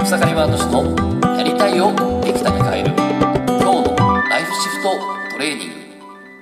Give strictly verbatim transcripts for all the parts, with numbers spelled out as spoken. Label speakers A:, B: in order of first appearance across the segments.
A: 草刈ワード氏のやりたいをできたに変える今日のライフシフトトレーニング。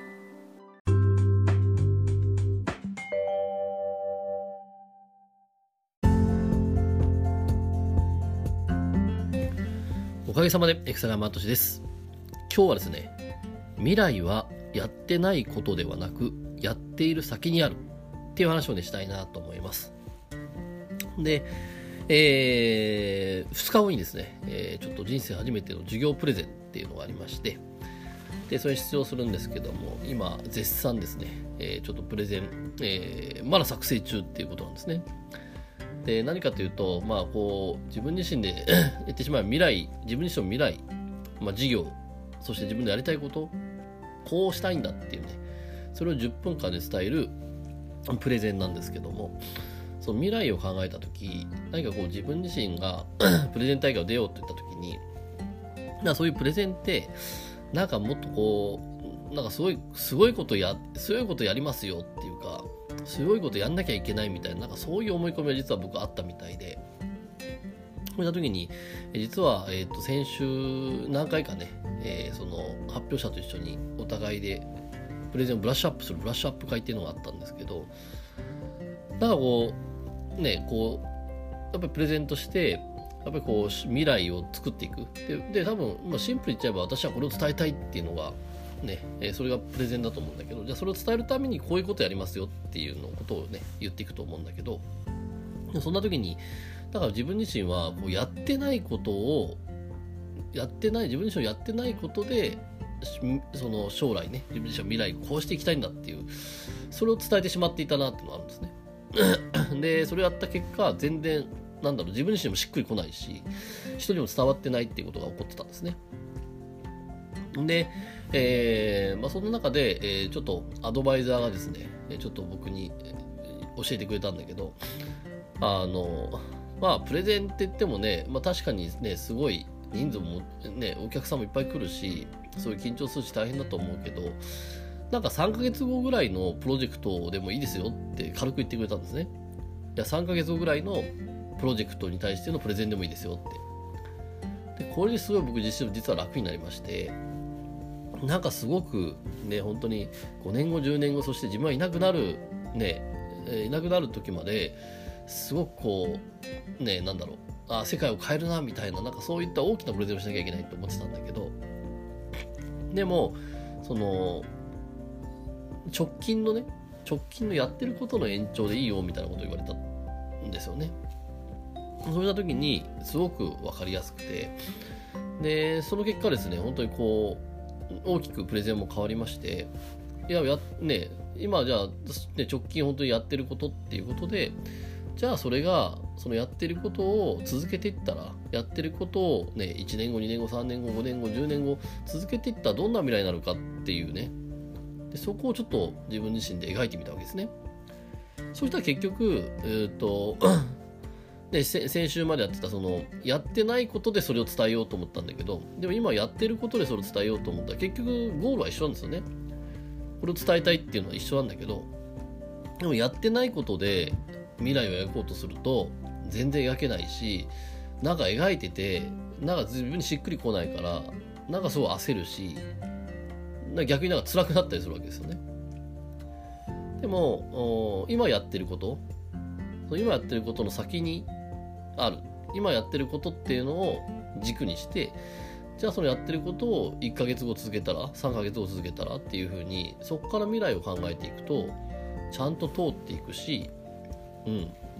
B: おかげさまで草刈ワード氏です。今日はですね、未来はやってないことではなくやっている先にあるっていう話をねしたいなと思います。で、えー、ふつかごにですね、えー、ちょっと人生初めての授業プレゼンっていうのがありまして、でそれに出場するんですけども、今絶賛ですね、えー、ちょっとプレゼン、えー、まだ作成中っていうことなんですね。で何かというと、まあこう自分自身で言ってしまえば未来、自分自身の未来、まあ、事業、そして自分のやりたいこと、こうしたいんだっていうね、それをじゅっぷんかんで伝えるプレゼンなんですけども、その未来を考えたとき、何かこう自分自身がプレゼン大会を出ようと言ったときに、なんかそういうプレゼンってなんかもっとこうなんかすごいすごいことやすごいことやりますよっていうか、すごいことやんなきゃいけないみたいな、なんかそういう思い込みは実は僕あったみたいで、そういった時に実は、えー、と先週何回かね、えー、その発表者と一緒にお互いでプレゼンをブラッシュアップするブラッシュアップ会っていうのがあったんですけど、なんかこうね、こうやっぱりプレゼントしてやっぱりこう未来を作っていくで、で多分、まあ、シンプルに言っちゃえば私はこれを伝えたいっていうのがね、えー、それがプレゼンだと思うんだけど、じゃあそれを伝えるためにこういうことやりますよっていうのことをね言っていくと思うんだけど、そんな時にだから自分自身はこうやってないことをやってない自分自身をやってないことで、その将来ね、自分自身は未来をこうしていきたいんだっていう、それを伝えてしまっていたなっていうのがあるんですね。でそれをやった結果、全然なんだろう自分自身もしっくりこないし、人にも伝わってないっていうことが起こってたんですね。で、えーまあ、その中で、えー、ちょっとアドバイザーがですね、ちょっと僕に教えてくれたんだけど、あのまあプレゼンって言ってもね、まあ、確かにねすごい人数もね、お客さんもいっぱい来るし、そういう緊張するし大変だと思うけど、なんかさんかげつごぐらいのプロジェクトでもいいですよって軽く言ってくれたんですね。いやさんかげつごぐらいのプロジェクトに対してのプレゼンでもいいですよって。でこれですごい僕自身も実は楽になりまして、なんかすごくね、本当にごねんごじゅうねんご、そして自分はいなくなるね、いなくなる時まですごくこうね、なんだろう、あ世界を変えるなみたいな、なんかそういった大きなプレゼンをしなきゃいけないと思ってたんだけど、でもその直近のね直近のやってることの延長でいいよみたいなことを言われたんですよね。そういった時にすごく分かりやすくて、でその結果ですね、本当にこう大きくプレゼンも変わりまして、いややね今じゃあ、ね、直近本当にやってることっていうことで、じゃあそれがそのやってることを続けていったら、やってることをねいちねんごにねんごさんねんごごねんごじゅうねんご続けていったらどんな未来になるかっていうね、でそこをちょっと自分自身で描いてみたわけですね。そうしたら結局、えーとで先週までやってたそのやってないことでそれを伝えようと思ったんだけど、でも今やってることでそれを伝えようと思ったら結局ゴールは一緒なんですよね。これを伝えたいっていうのは一緒なんだけど、でもやってないことで未来を描こうとすると全然描けないし、なんか描いててなんか自分にしっくりこないから、なんかすごい焦るし、逆になんか辛くなったりするわけですよね。でも今やってること、今やってることの先にある、今やってることっていうのを軸にして、じゃあそのやってることをいっかげつご続けたら、さんかげつご続けたらっていう風に、そこから未来を考えていくとちゃんと通っていくし、うん、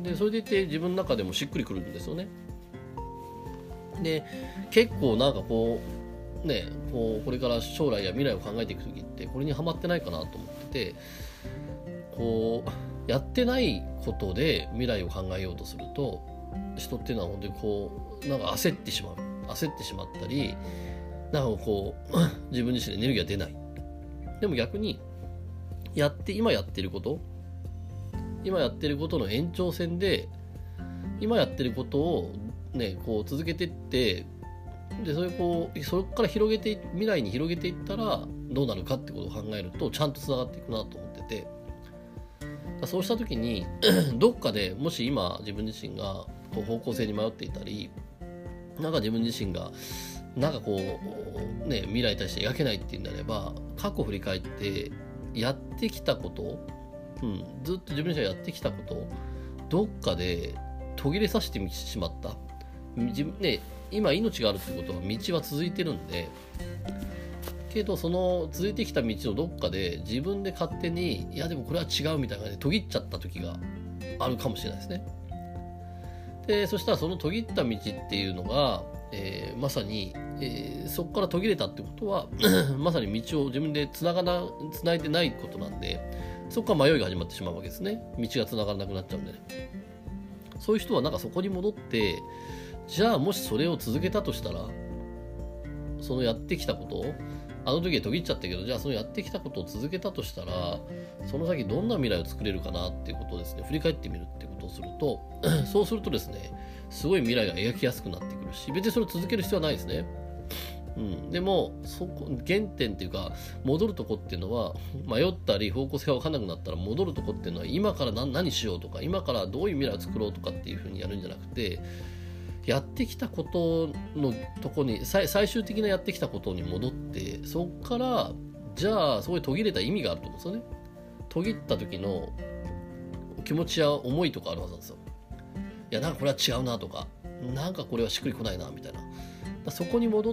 B: でそれでいて自分の中でもしっくりくるんですよね。で結構なんかこうね、こうこれから将来や未来を考えていくときってこれにハマってないかなと思ってて、こうやってないことで未来を考えようとすると、人っていうのは本当にこうなんか焦ってしまう焦ってしまったり、なんかこう自分自身でエネルギーが出ない。でも逆にやって今やってること今やってることの延長線で、今やってることをねこう続けていって、でそれこうそこから広げて未来に広げていったらどうなるかってことを考えるとちゃんとつながっていくなと思ってて、そうした時にどっかでもし今自分自身がこう方向性に迷っていたり、 なんか自分自身がなんかこうね未来に対して描けないっていうんであれば、過去を振り返ってやってきたこと、うん、ずっと自分自身がやってきたことどっかで途切れさせてしまった自分、ね、今命があるってことは道は続いてるんで、けどその続いてきた道のどっかで自分で勝手にいやでもこれは違うみたいな感じで途切っちゃった時があるかもしれないですね。でそしたらその途切った道っていうのが、えー、まさに、えー、そこから途切れたってことはまさに道を自分でつながなつないでないことなんで、そこから迷いが始まってしまうわけですね。道がつながらなくなっちゃうんでね。そういう人はなんかそこに戻って、じゃあもしそれを続けたとしたら、そのやってきたことをあの時は途切っちゃったけど、じゃあそのやってきたことを続けたとしたら、その先どんな未来を作れるかなっていうことをですね振り返ってみるっていうことをするとそうするとですねすごい未来が描きやすくなってくるし、別にそれを続ける必要はないですね。うん、でもそこ原点っていうか戻るとこっていうのは、迷ったり方向性が分からなくなったら戻るとこっていうのは今から 何, 何しようとか今からどういう未来を作ろうとかっていうふうにやるんじゃなくて、やってきたことのとこに 最, 最終的なやってきたことに戻って、そこからじゃあそこに途切れた意味があると思うんですよね。途切った時の気持ちや思いとかあるはずなんですよ。いやなんかこれは違うなとか、なんかこれはしっくりこないなみたいな、そこに戻って、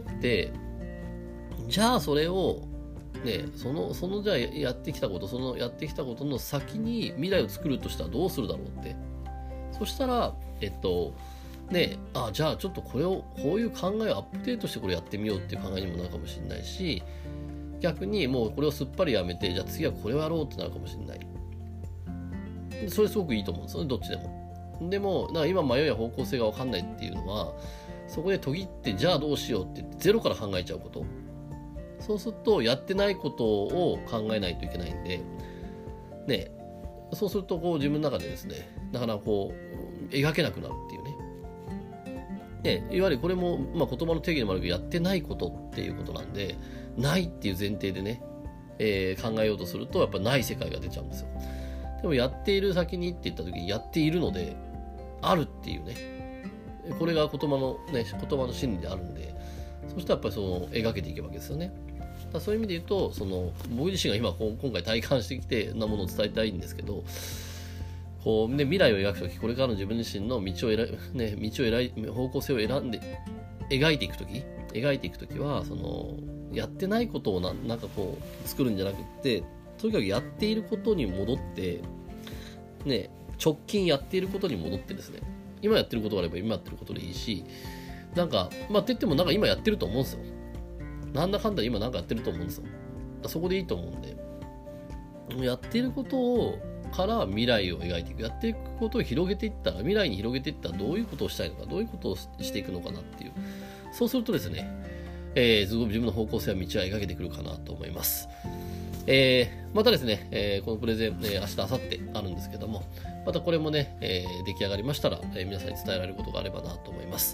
B: じゃあそれをね、そのそのじゃあやってきたこと、そのやってきたことの先に未来を作るとしたらどうするだろうって。そしたらえっとね、あじゃあちょっとこれをこういう考えをアップデートしてこれやってみようっていう考えにもなるかもしれないし、逆にもうこれをすっぱりやめて、じゃあ次はこれをやろうってなるかもしれない。それすごくいいと思うんですよね、どっちでも。でもなんか今迷いや方向性が分かんないっていうのは、そこで途切ってじゃあどうしようって言ってゼロから考えちゃうこと。そうするとやってないことを考えないといけないんでね、そうするとこう自分の中でですね、なかなかこう描けなくなるっていうね。ね、いわゆるこれも、まあ、言葉の定義でもあるけど、やってないことっていうことなんで、ないっていう前提でね、えー、考えようとするとやっぱない世界が出ちゃうんですよ。でもやっている先にって言った時にやっているのであるっていうね、これが言葉のね言葉の真理であるんで、そしたらやっぱりその描けていけるわけですよね。だからそういう意味で言うと、その僕自身が今今回体感してきてなものを伝えたいんですけど、こう、ね、未来を描くとき、これからの自分自身の道を選、ね、道を選い、方向性を選んで描いていくとき、描いていくときは、そのやってないことをな、なんかこう作るんじゃなくて、とにかくやっていることに戻って、ね、直近やっていることに戻ってですね、今やってることがあれば今やってることでいいし、なんか、まあ、って言ってもなんか今やってると思うんですよ。なんだかんだ今なんかやってると思うんですよ。そこでいいと思うんで、やっていることをから未来を描いていく、やっていくことを広げていったら、未来に広げていったらどういうことをしたいのか、どういうことをしていくのかなっていう、そうするとですね、えー、すごい自分の方向性や道は描けてくるかなと思います。えー、またですね、えー、このプレゼン、えー、明日、明後日あるんですけども、またこれもね、えー、出来上がりましたら、えー、皆さんに伝えられることがあればなと思います。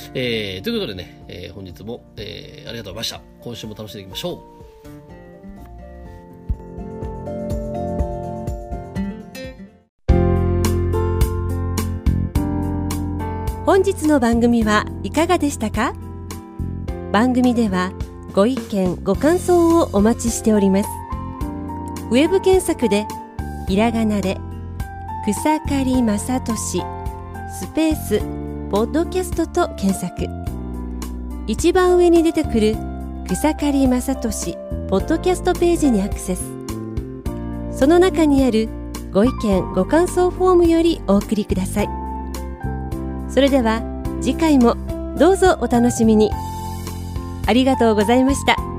B: えー、ということでね、えー、本日も、えー、ありがとうございました。今週も楽しんでいきましょう。
C: 本日の番組はいかがでしたか？番組ではご意見ご感想をお待ちしております。ウェブ検索でひらがなで草刈正俊スペースポッドキャストと検索、一番上に出てくる草刈正俊ポッドキャストページにアクセス。その中にあるご意見ご感想フォームよりお送りください。それでは次回もどうぞお楽しみに。ありがとうございました。